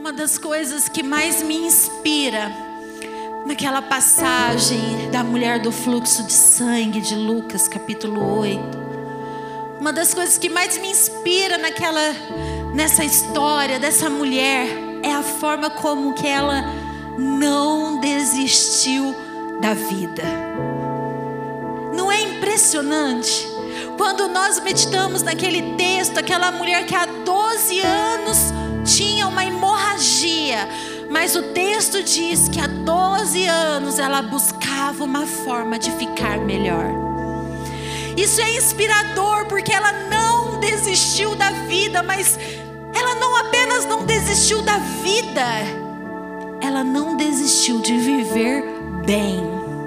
Uma das coisas que mais me inspira naquela passagem da mulher do fluxo de sangue de Lucas capítulo 8, uma das coisas que mais me inspira nessa história dessa mulher é a forma como que ela não desistiu da vida. Não é impressionante? Quando nós meditamos naquele texto, aquela mulher que há 12 anos tinha uma hemorragia, mas o texto diz que há 12 anos ela buscava uma forma de ficar melhor. Isso é inspirador, porque ela não desistiu da vida, mas ela não apenas não desistiu da vida, ela não desistiu de viver bem.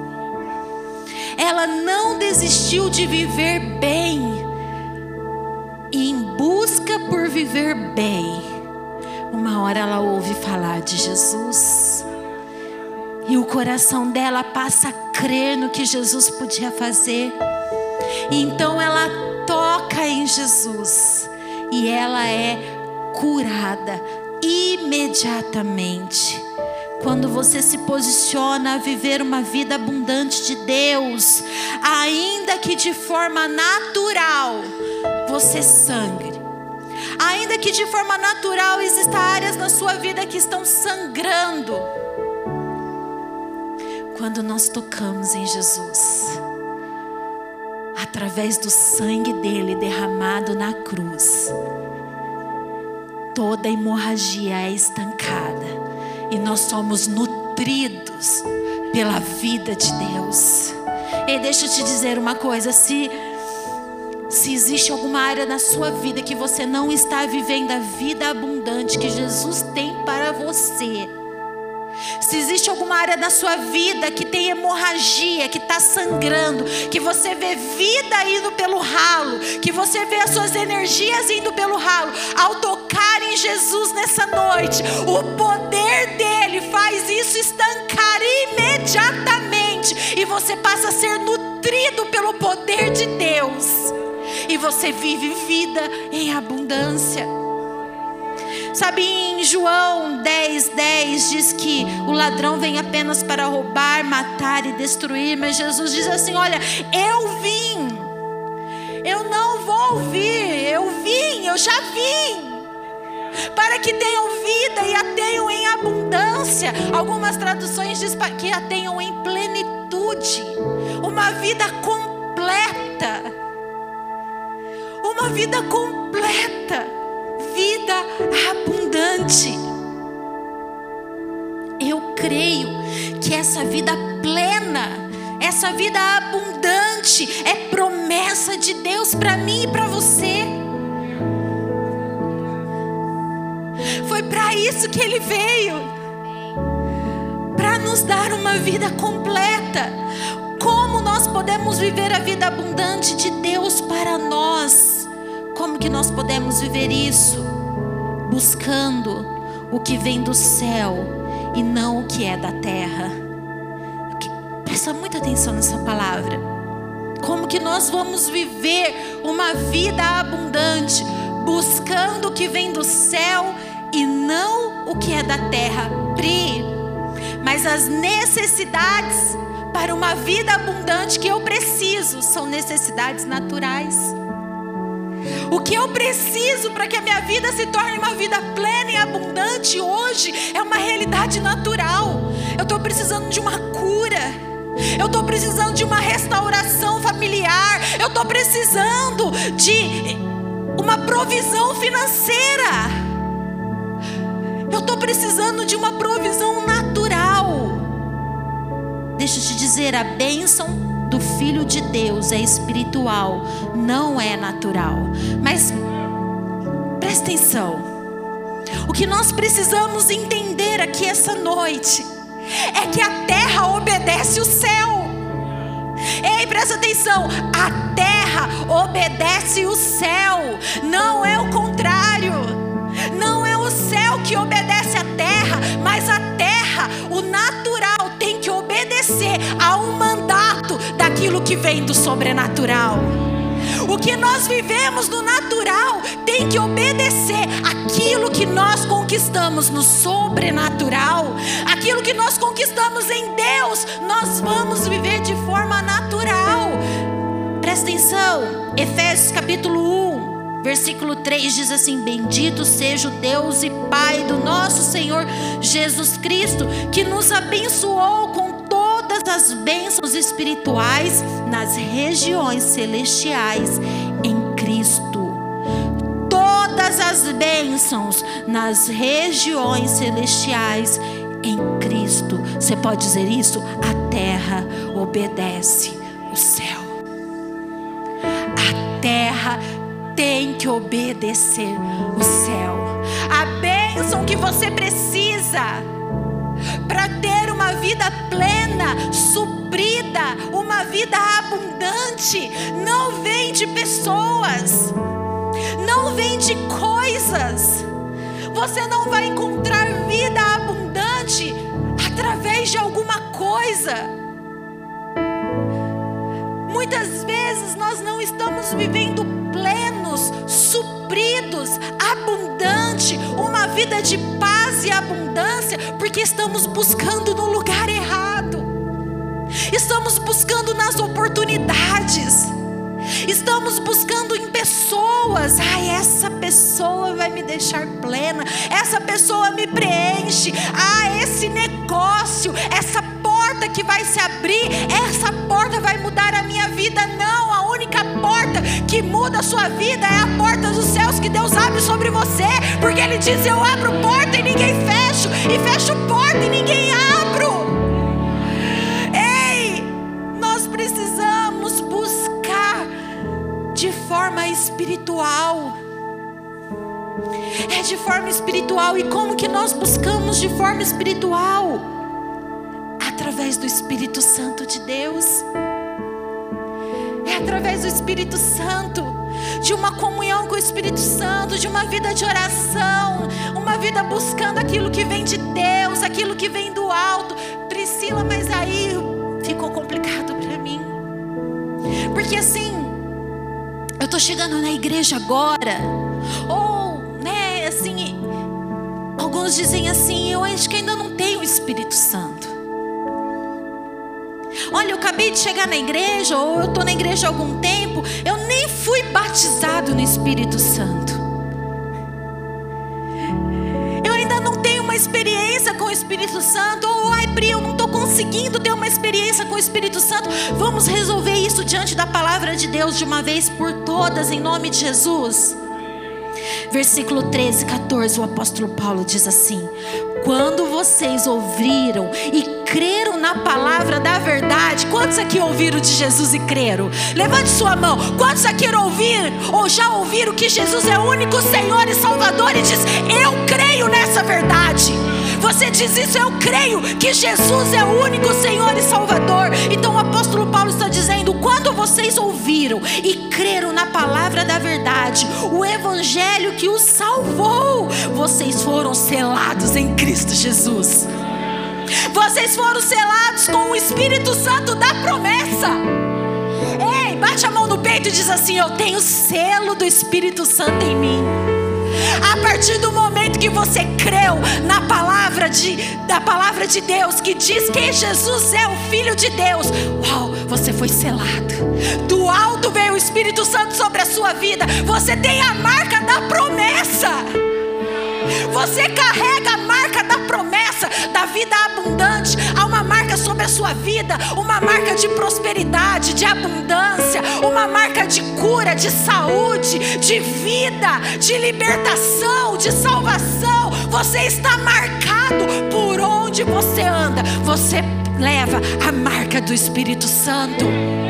Ela não desistiu de viver bem. E em busca por viver bem, uma hora ela ouve falar de Jesus. E o coração dela passa a crer no que Jesus podia fazer. E então ela toca em Jesus. E ela é curada imediatamente. Quando você se posiciona a viver uma vida abundante de Deus, ainda que de forma natural você sangre, ainda que de forma natural existam áreas na sua vida que estão sangrando, quando nós tocamos em Jesus, através do sangue dele derramado na cruz, toda hemorragia é estancada. E nós somos nutridos pela vida de Deus. E deixa eu te dizer uma coisa: se existe alguma área na sua vida que você não está vivendo a vida abundante que Jesus tem para você, se existe alguma área na sua vida que tem hemorragia, que está sangrando, que você vê vida indo pelo ralo, que você vê as suas energias indo pelo ralo, ao tocar em Jesus nessa noite, o poder dele faz isso estancar imediatamente, e você passa a ser nutrido pelo poder de Deus, e você vive vida em abundância. Sabe, em João 10:10 diz que o ladrão vem apenas para roubar, matar e destruir. Mas Jesus diz assim: olha, eu vim, eu não vou vir, eu já vim, para que tenham vida e a tenham em abundância. Algumas traduções dizem que a tenham em plenitude, uma vida completa, uma vida completa, vida abundante. Eu creio que essa vida plena, essa vida abundante é promessa de Deus para mim e para você. Foi para isso que Ele veio, para nos dar uma vida completa. Como nós podemos viver a vida abundante de Deus para nós? Como que nós podemos viver isso? Buscando o que vem do céu e não o que é da terra. Presta muita atenção nessa palavra. Como que nós vamos viver uma vida abundante? Buscando o que vem do céu e não o que é da terra. Pri, mas as necessidades para uma vida abundante que eu preciso são necessidades naturais. O que eu preciso para que a minha vida se torne uma vida plena e abundante hoje é uma realidade natural. Eu estou precisando de uma cura, eu estou precisando de uma restauração familiar, eu estou precisando de uma provisão financeira, eu estou precisando de uma provisão natural. Deixa eu te dizer, a bênção do Filho de Deus é espiritual, não é natural. Mas presta atenção, o que nós precisamos entender aqui essa noite é que a terra obedece o céu. Ei, presta atenção, a terra obedece o céu, não é o contrário. Não é o céu que obedece à terra, mas a terra, o natural, tem que obedecer a um mandato daquilo que vem do sobrenatural. O que nós vivemos no natural tem que obedecer aquilo que nós conquistamos no sobrenatural. Aquilo que nós conquistamos em Deus, nós vamos viver de forma natural. Presta atenção, Efésios capítulo 1, versículo 3 diz assim: bendito seja o Deus e Pai do nosso Senhor Jesus Cristo, que nos abençoou com todas as bênçãos espirituais nas regiões celestiais em Cristo. Todas as bênçãos nas regiões celestiais em Cristo. Você pode dizer isso? A terra obedece o céu. A terra tem que obedecer o céu. A bênção que você precisa para ter uma vida plena, suprida, uma vida abundante, não vem de pessoas, não vem de coisas. Você não vai encontrar vida abundante através de alguma coisa. Muitas vezes nós não estamos vivendo plenos, supridos, abundante, uma vida de paz e abundância, porque estamos buscando no lugar errado. Estamos buscando nas oportunidades. Estamos buscando em pessoas. Ai, essa pessoa vai me deixar plena. Essa pessoa me preenche. Ah, esse negócio, essa porta que vai se abrir, essa porta vai mudar a minha vida. Não, a única porta que muda a sua vida é a porta dos céus que Deus abre sobre você. Porque Ele diz: eu abro porta e ninguém fecha, e fecho porta e ninguém abro. Ei, nós precisamos buscar de forma espiritual. É de forma espiritual. E como que nós buscamos de forma espiritual? Através do Espírito Santo de Deus. É através do Espírito Santo, de uma comunhão com o Espírito Santo, de uma vida de oração, uma vida buscando aquilo que vem de Deus, aquilo que vem do alto. Priscila, mas aí ficou complicado para mim, porque assim, eu tô chegando na igreja agora, ou, né, assim, alguns dizem assim: eu acho que ainda não tenho o Espírito Santo. Olha, eu acabei de chegar na igreja, ou eu estou na igreja há algum tempo, eu nem fui batizado no Espírito Santo. Eu ainda não tenho uma experiência com o Espírito Santo. Ou, ai, Pri, eu não estou conseguindo ter uma experiência com o Espírito Santo. Vamos resolver isso diante da palavra de Deus de uma vez por todas, em nome de Jesus. Versículo 13, 14, o apóstolo Paulo diz assim: quando vocês ouviram e creram na palavra da verdade. Quantos aqui ouviram de Jesus e creram? Levante sua mão. Quantos aqui ouviram ou já ouviram que Jesus é o único Senhor e Salvador e diz: eu creio nessa verdade? Você diz isso: eu creio que Jesus é o único Senhor e Salvador. Então o apóstolo Paulo está dizendo: quando vocês ouviram e creram na palavra da verdade, o evangelho que os salvou, vocês foram selados em Cristo Jesus. Vocês foram selados com o Espírito Santo da promessa. Ei, bate a mão no peito e diz assim: eu tenho selo do Espírito Santo em mim. A partir do momento que você creu na palavra da palavra de Deus, que diz que Jesus é o Filho de Deus, uau, você foi selado. Do alto veio o Espírito Santo sobre a sua vida. Você tem a marca da promessa. Você carrega a marca da promessa da vida abundante. Há uma marca sobre a sua vida, uma marca de prosperidade, de abundância, uma marca de cura, de saúde, de vida, de libertação, de salvação. Você está marcado por onde você anda. Você leva a marca do Espírito Santo.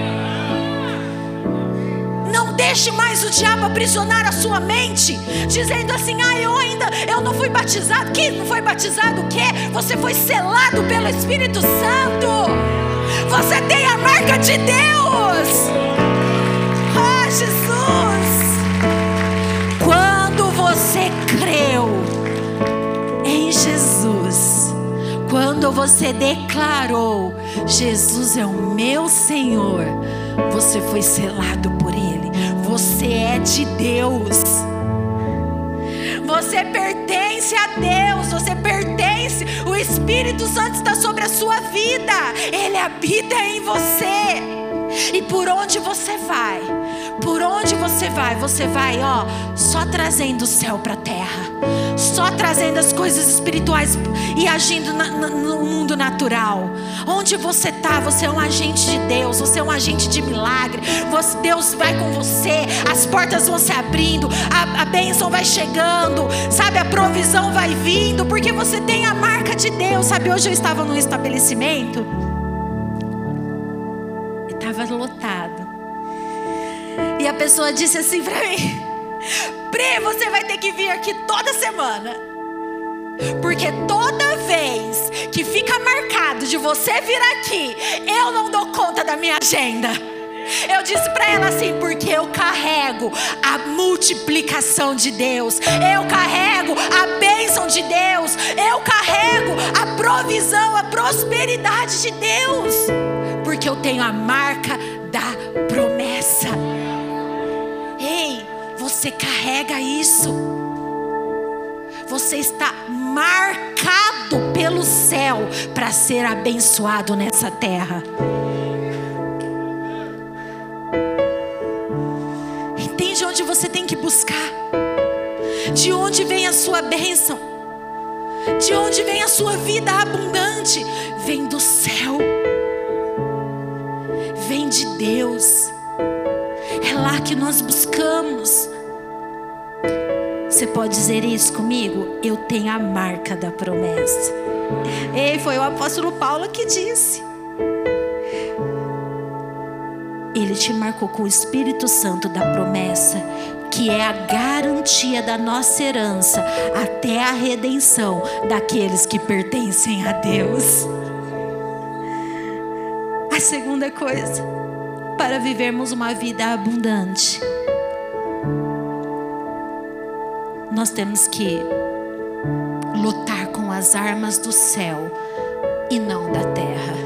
Não deixe mais o diabo aprisionar a sua mente, dizendo assim: ah, eu não fui batizado. Que não foi batizado o quê? Você foi selado pelo Espírito Santo. Você tem a marca de Deus. Ah, Jesus. Quando você creu em Jesus, quando você declarou: Jesus é o meu Senhor, você foi selado por Ele. você é de Deus. Você pertence a Deus, você pertence. O Espírito Santo está sobre a sua vida. Ele habita em você. E por onde você vai? Você vai, só trazendo o céu para a terra. Só trazendo as coisas espirituais e agindo no mundo natural. Onde você está, você é um agente de Deus. Você é um agente de milagre. Deus vai com você. As portas vão se abrindo. A bênção vai chegando. Sabe, a provisão vai vindo. Porque você tem a marca de Deus. Sabe, hoje eu estava num estabelecimento. Estava lotado. E a pessoa disse assim para mim: Pri, você vai ter que vir aqui toda semana. Porque toda vez que fica marcado de você vir aqui, eu não dou conta da minha agenda. Eu disse para ela assim: porque eu carrego a multiplicação de Deus, eu carrego a bênção de Deus, eu carrego a provisão, a prosperidade de Deus. Porque eu tenho a marca da promessa. Ei, você carrega isso. Você está marcado pelo céu para ser abençoado nessa terra. Entende onde você tem que buscar? De onde vem a sua bênção? De onde vem a sua vida abundante? Vem do céu. Vem de Deus. É lá que nós buscamos. Você pode dizer isso comigo? Eu tenho a marca da promessa. Ei, foi o apóstolo Paulo que disse. Ele te marcou com o Espírito Santo da promessa, que é a garantia da nossa herança até a redenção daqueles que pertencem a Deus. A segunda coisa, para vivermos uma vida abundante, nós temos que lutar com as armas do céu e não da terra.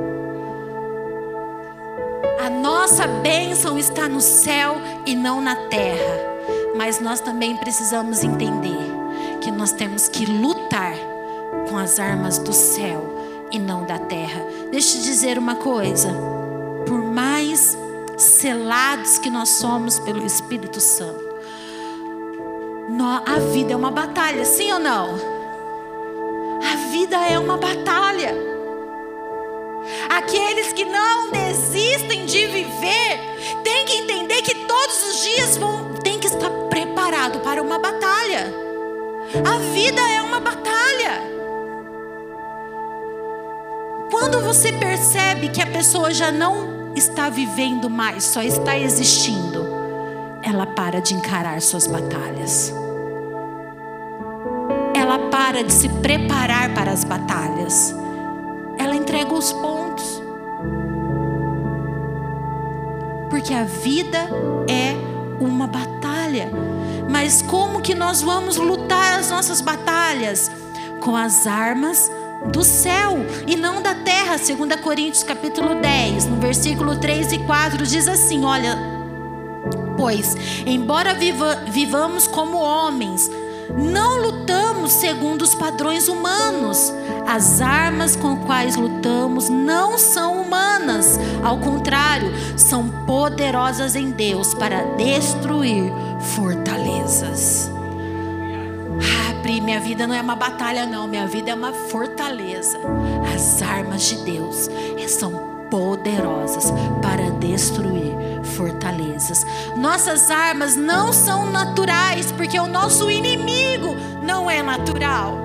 A nossa bênção está no céu e não na terra. Mas nós também precisamos entender que nós temos que lutar com as armas do céu e não da terra. Deixa eu te dizer uma coisa. Por mais selados que nós somos pelo Espírito Santo, a vida é uma batalha, sim ou não? A vida é uma batalha. Aqueles que não desistem de viver têm que entender que todos os dias tem que estar preparado para uma batalha. A vida é uma batalha. Quando você percebe que a pessoa já não está vivendo mais, só está existindo, ela para de encarar suas batalhas. Ela para de se preparar para as batalhas. Ela entrega os pontos. Porque a vida é uma batalha. Mas como que nós vamos lutar as nossas batalhas? Com as armas do céu e não da terra. 2 Coríntios capítulo 10, no versículo 3 e 4 diz assim: olha, pois embora vivamos como homens, não lutamos segundo os padrões humanos. As armas com quais lutamos não são humanas. Ao contrário, são poderosas em Deus para destruir fortalezas. Pri, minha vida não é uma batalha não. Minha vida é uma fortaleza. As armas de Deus são poderosas para destruir fortalezas. Nossas armas não são naturais, porque o nosso inimigo não é natural.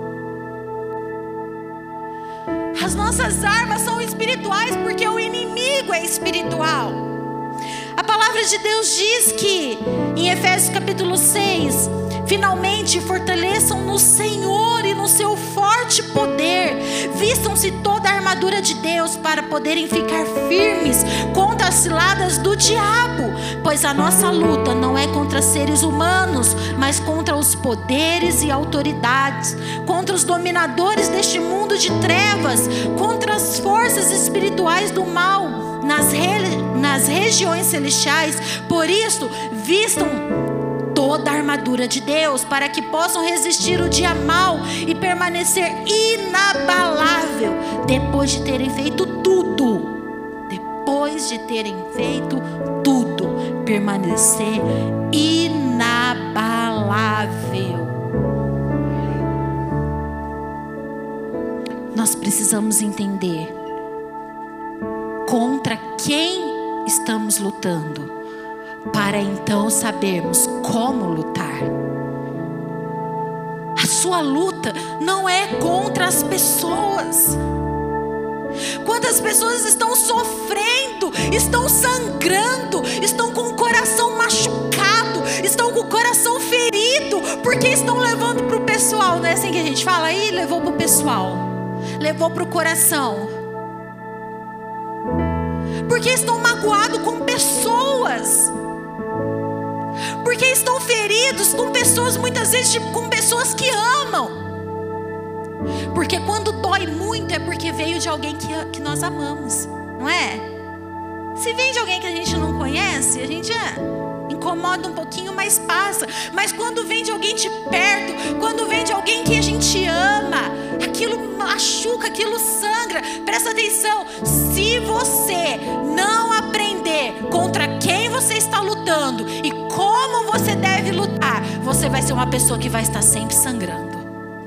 As nossas armas são espirituais, porque o inimigo é espiritual. A palavra de Deus diz que em Efésios capítulo 6, finalmente fortaleçam no Senhor e no seu forte poder, Vistam-se toda a armadura de Deus para poderem ficar firmes contra as ciladas do diabo, pois a nossa luta não é contra seres humanos, mas contra os poderes e autoridades, contra os dominadores deste mundo de trevas, contra as forças espirituais do mal nas regiões celestiais. Por isso, vistam toda a armadura de Deus, para que possam resistir o dia mau e permanecer inabalável depois de terem feito tudo. Depois de terem feito tudo, permanecer inabalável. Nós precisamos entender contra quem estamos lutando, para então sabermos como lutar. A sua luta não é contra as pessoas. Quantas pessoas estão sofrendo, estão sangrando, estão com o coração machucado, estão com o coração ferido, porque estão levando para o pessoal. Não é assim que a gente fala? Aí levou para o pessoal, levou para o coração, porque estão magoados com pessoas, porque estão feridos com pessoas, muitas vezes com pessoas que amam. Porque quando dói muito é porque veio de alguém que nós amamos, não é? Se vem de alguém que a gente não conhece, a gente incomoda um pouquinho, mas passa. Mas quando vem de alguém de perto, quando vem de alguém que a gente ama, aquilo machuca, aquilo sangra. Presta atenção, se você não aprender contra quem você está lutando e como você deve lutar, você vai ser uma pessoa que vai estar sempre sangrando.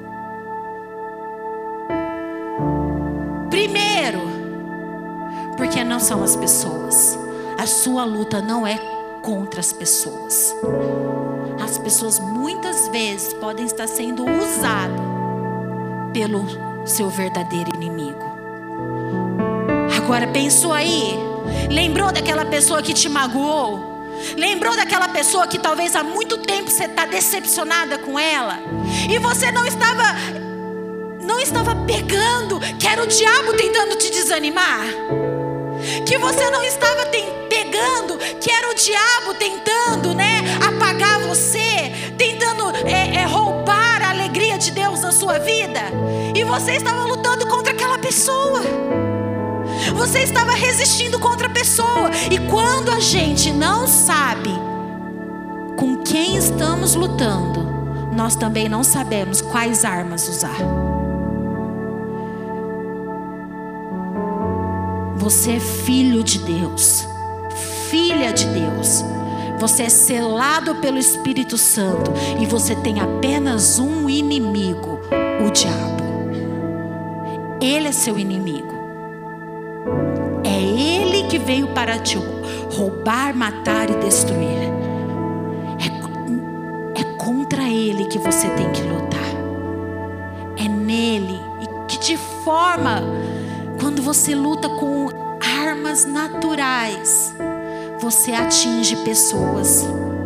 Primeiro, porque não são as pessoas. A sua luta não é contra as pessoas. As pessoas muitas vezes podem estar sendo usadas pelo seu verdadeiro inimigo. Agora pensou aí? Lembrou daquela pessoa que te magoou? Lembrou daquela pessoa que talvez há muito tempo você está decepcionada com ela? E você não estava pegando, que era o diabo tentando te desanimar? Que você não estava pegando, que era o diabo tentando, apagar você, tentando roubar a alegria de Deus na sua vida? E você estava lutando contra aquela pessoa. Você estava resistindo contra a pessoa. E quando a gente não sabe com quem estamos lutando, nós também não sabemos quais armas usar. Você é filho de Deus, filha de Deus. Você é selado pelo Espírito Santo e você tem apenas um inimigo, o diabo. Ele é seu inimigo. É ele que veio para te roubar, matar e destruir. É contra ele que você tem que lutar. É nele. E que de forma, quando você luta com armas naturais, você atinge pessoas.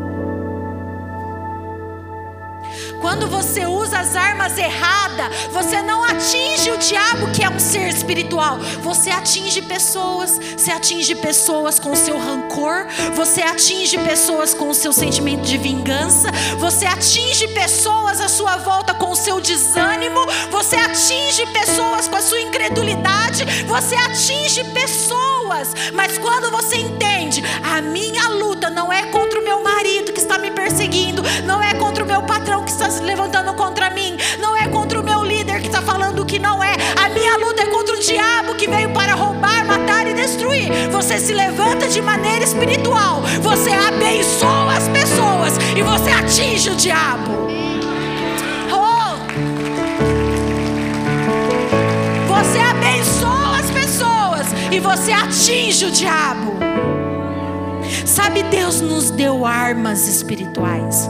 Quando você usa as armas erradas, você não atinge o diabo, que é um ser espiritual. Você atinge pessoas. Você atinge pessoas com o seu rancor. Você atinge pessoas com o seu sentimento de vingança. Você atinge pessoas à sua volta com o seu desânimo. Você atinge pessoas com a sua incredulidade. Você atinge pessoas. Mas quando você entende, a minha luta não é contra o meu marido que está me perseguindo, não é contra o meu patrão que está se levantando contra mim, não é contra o meu líder que está falando que não é. A minha luta é contra o diabo que veio para roubar, matar e destruir. Você se levanta de maneira espiritual, você abençoa as pessoas e você atinge o diabo. Você abençoa as pessoas e você atinge o diabo. Sabe, Deus nos deu armas espirituais.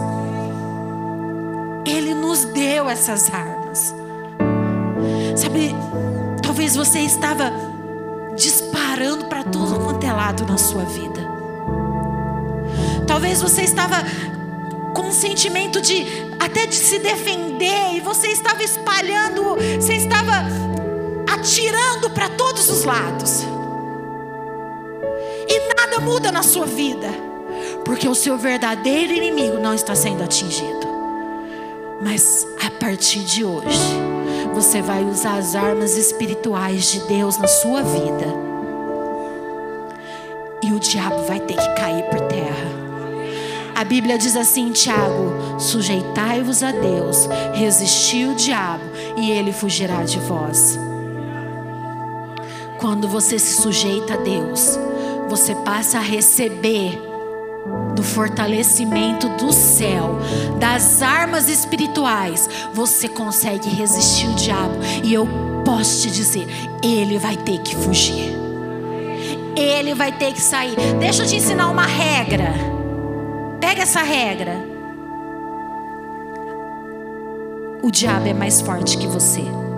Ele nos deu essas armas. Sabe, talvez você estava disparando para todo quanto é lado na sua vida. Talvez você estava com um sentimento até de se defender, e você estava espalhando, você estava atirando para todos os lados. E nada muda na sua vida, porque o seu verdadeiro inimigo não está sendo atingido. Mas a partir de hoje, você vai usar as armas espirituais de Deus na sua vida, e o diabo vai ter que cair por terra. A Bíblia diz assim em Tiago: sujeitai-vos a Deus, resisti o diabo e ele fugirá de vós. Quando você se sujeita a Deus, você passa a receber do fortalecimento do céu, das armas espirituais. Você consegue resistir o diabo, e eu posso te dizer, ele vai ter que fugir, ele vai ter que sair. Deixa eu te ensinar uma regra. Pega essa regra. O diabo é mais forte que você.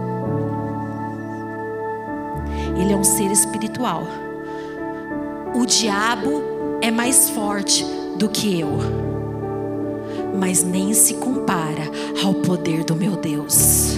Ele é um ser espiritual. O diabo é mais forte do que eu, mas nem se compara ao poder do meu Deus.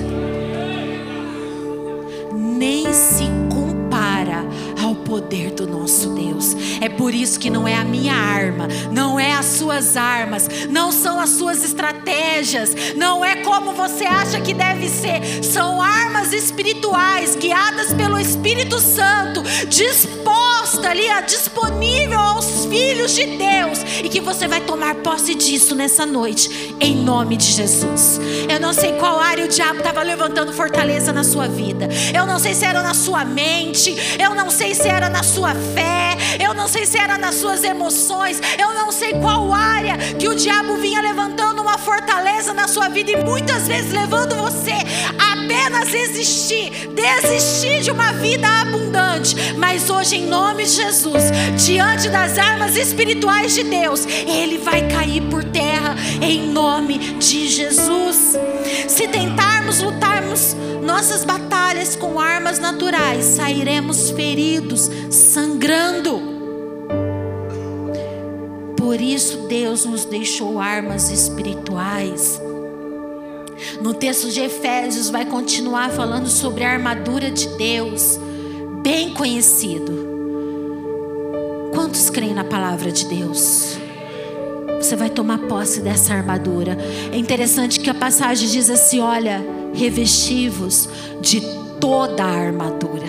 Nem se compara ao poder do nosso Deus. É por isso que não é a minha arma, não é as suas armas, não são as suas estratégias, não é como você acha que deve ser. São armas espirituais, guiadas pelo Espírito Santo, disposta ali, disponível aos filhos de Deus, e que você vai tomar posse disso nessa noite, em nome de Jesus. Eu não sei qual área o diabo estava levantando fortaleza na sua vida. Eu não sei se era na sua mente, eu não sei se era na sua fé, eu não sei se era nas suas emoções, eu não sei qual área que o diabo vinha levantando uma fortaleza na sua vida, e muitas vezes levando você a apenas desistir de uma vida abundante. Mas hoje, em nome de Jesus, diante das armas espirituais de Deus, ele vai cair por terra, em nome de Jesus. Se tentarmos lutarmos nossas batalhas com armas naturais, sairemos feridos, sangrando. Por isso Deus nos deixou armas espirituais. No texto de Efésios vai continuar falando sobre a armadura de Deus, bem conhecido. Quantos creem na palavra de Deus? Você vai tomar posse dessa armadura. É interessante que a passagem diz assim: olha, revesti-vos de toda a armadura.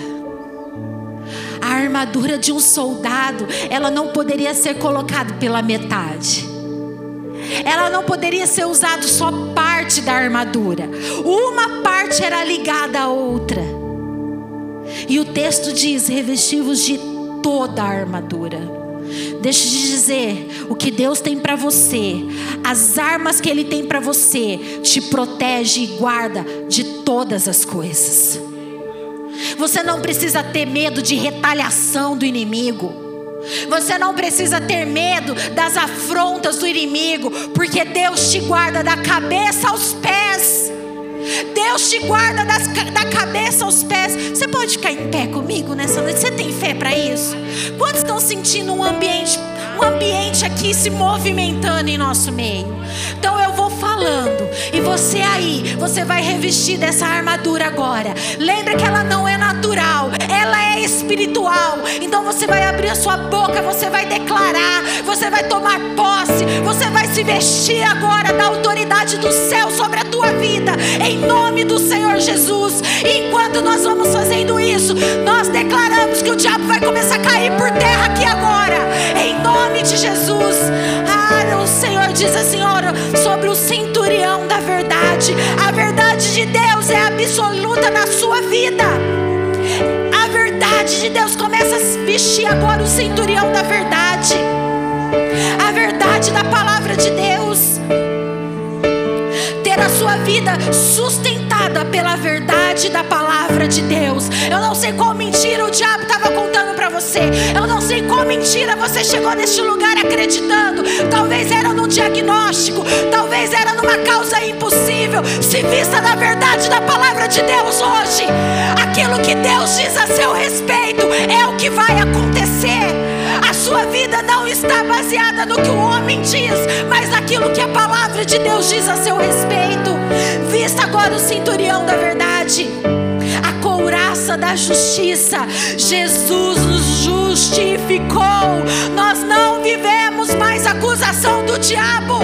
A armadura de um soldado, ela não poderia ser colocada pela metade. Ela não poderia ser usada só parte da armadura. Uma parte era ligada à outra. E o texto diz: revesti-vos de toda a armadura. Deixa eu te dizer, o que Deus tem para você, as armas que Ele tem para você, te protege e guarda de todas as coisas. Você não precisa ter medo de retaliação do inimigo. Você não precisa ter medo das afrontas do inimigo, porque Deus te guarda da cabeça aos pés. Deus te guarda da cabeça aos pés. Você pode ficar em pé comigo nessa noite? Você tem fé para isso? Quantos estão sentindo um ambiente aqui se movimentando em nosso meio? Então eu vou falando, e você aí, você vai revestir dessa armadura agora. Lembra que ela não é natural, ela é espiritual. Então você vai abrir a sua boca, você vai declarar, você vai tomar posse, você vai se vestir agora da autoridade do céu sobre a tua vida, em nome do Senhor Jesus. E enquanto nós vamos fazendo isso, nós declaramos que o diabo vai começar a cair por terra aqui agora, em nome de Jesus. O Senhor diz assim, ora, sobre o centurião da verdade. A verdade de Deus é absoluta na sua vida. A verdade de Deus começa a vestir agora o centurião da verdade. A verdade da palavra de Deus. Ter a sua vida sustentada pela verdade da palavra de Deus. Eu não sei qual mentira o diabo estava contando para você. Eu não sei qual mentira você chegou neste lugar acreditando. Talvez era num diagnóstico, talvez era numa causa impossível. Se vista da verdade da palavra de Deus hoje, aquilo que Deus diz a seu respeito é o que vai acontecer. A sua vida não está baseada no que o homem diz, mas naquilo que a palavra de Deus diz a seu respeito. Vista agora o centurião da verdade, a couraça da justiça. Jesus nos justificou. Nós não vivemos mais acusação do diabo.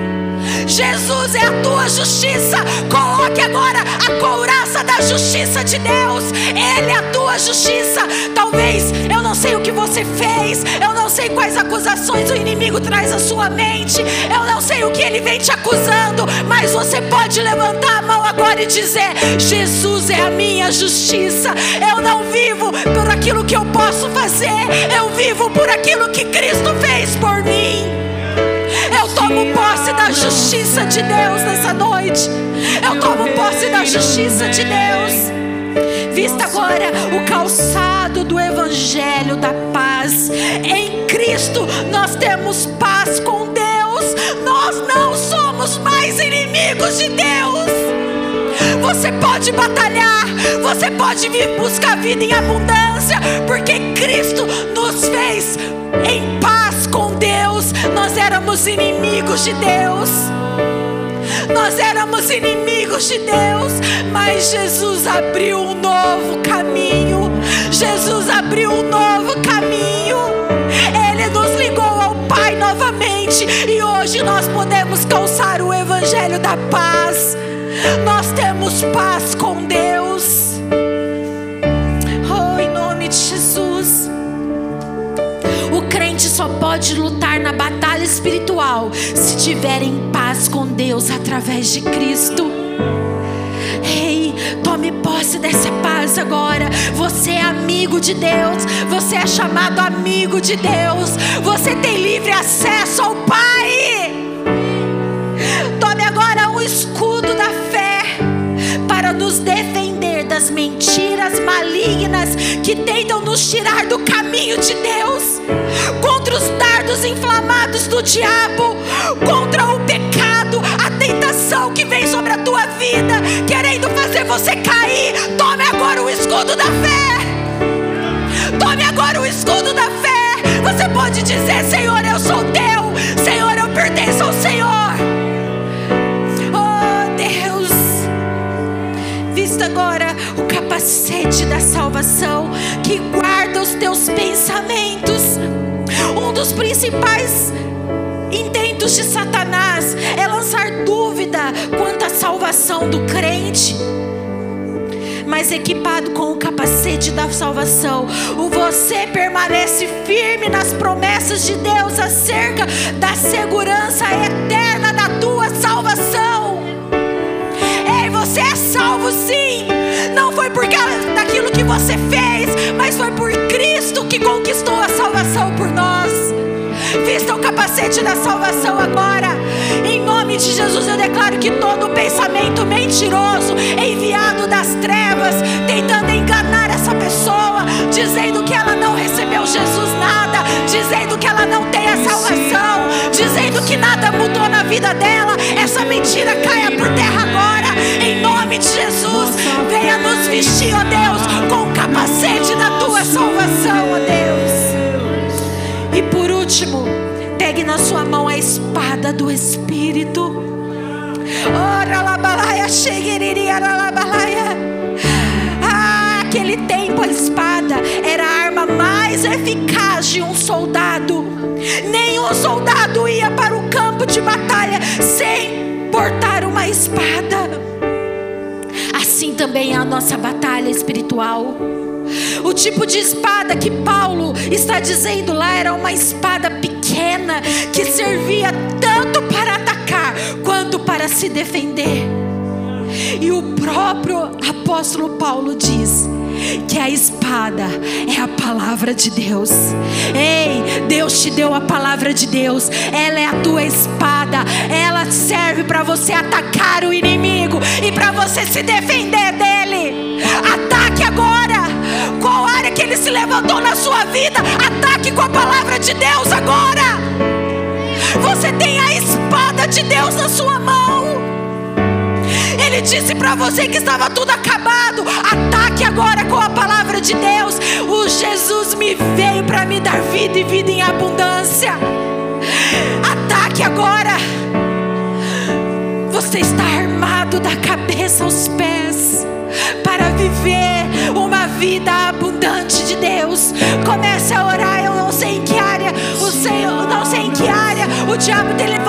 Jesus é a tua justiça. Coloque agora a couraça da justiça de Deus. Ele é a tua justiça. Talvez eu não sei o que você fez, eu não sei quais acusações o inimigo traz à sua mente, eu não sei o que ele vem te acusando, mas você pode levantar a mão agora e dizer: Jesus é a minha justiça. Eu não vivo por aquilo que eu posso fazer, eu vivo por aquilo que Cristo fez por mim. Eu tomo posse da justiça de Deus nessa noite. Eu tomo posse da justiça de Deus. Vista agora o calçado do Evangelho da paz. Em Cristo nós temos paz com Deus. Nós não somos mais inimigos de Deus. Você pode batalhar, você pode vir buscar vida em abundância, porque Cristo nos fez em paz com Deus. Nós éramos inimigos de Deus. Nós éramos inimigos de Deus, mas Jesus abriu um novo caminho. Jesus abriu um novo caminho. Ele nos ligou ao Pai novamente, e hoje nós podemos calçar o Evangelho da paz. Nós temos paz com Deus. Oh, em nome de Jesus. O crente só pode lutar na batalha espiritual se tiver em paz com Deus através de Cristo. Ei, tome posse dessa paz agora. Você é amigo de Deus. Você é chamado amigo de Deus. Você tem livre acesso ao Pai. Tome agora um escudo da fé para nos defender das mentiras malignas que tentam nos tirar do caminho de Deus, contra os dardos inflamados do diabo, contra o pecado, a tentação que vem sobre a tua vida, querendo fazer você cair. Tome agora o escudo da fé. Tome agora o escudo da fé. Você pode dizer: Senhor, eu sou teu. Senhor, eu pertenço ao Senhor. Vista agora o capacete da salvação que guarda os teus pensamentos. Um dos principais intentos de Satanás é lançar dúvida quanto à salvação do crente. Mas equipado com o capacete da salvação, você permanece firme nas promessas de Deus acerca da segurança eterna da tua salvação. Ei, você é salvo sim. Não foi por causa daquilo que você fez, mas foi por Cristo que conquistou a salvação por nós. Vista o capacete da salvação agora. Em nome de Jesus eu declaro que todo pensamento mentiroso enviado das trevas, tentando enganar essa pessoa, dizendo que ela não recebeu Jesus nada, dizendo que ela não tem a salvação, dizendo que nada mudou na vida dela, essa mentira caia por terra agora. Em nome de Jesus, venha nos vestir, ó Deus, com o capacete da tua salvação, ó Deus. E por último, pegue na sua mão a espada do Espírito. Naquele tempo a espada era a arma mais eficaz de um soldado. Nenhum soldado ia para o campo de batalha sem portar uma espada. Assim também é a nossa batalha espiritual. O tipo de espada que Paulo está dizendo lá era uma espada pequena que servia tanto para atacar quanto para se defender. E o próprio apóstolo Paulo diz que a espada é a palavra de Deus. Ei, Deus te deu a palavra de Deus. Ela é a tua espada. Ela serve para você atacar o inimigo e para você se defender dele. Ataque agora. Qual área que ele se levantou na sua vida, ataque com a palavra de Deus agora. Você tem a espada de Deus na sua mão. Ele disse para você que estava tudo acabado. Ataque agora com a palavra de Deus. O Jesus me veio para me dar vida e vida em abundância. Ataque agora. Você está armado da cabeça aos pés para viver uma vida vida abundante de Deus. Comece a orar. Eu não sei em que área o Senhor, não sei em que área o diabo tem levado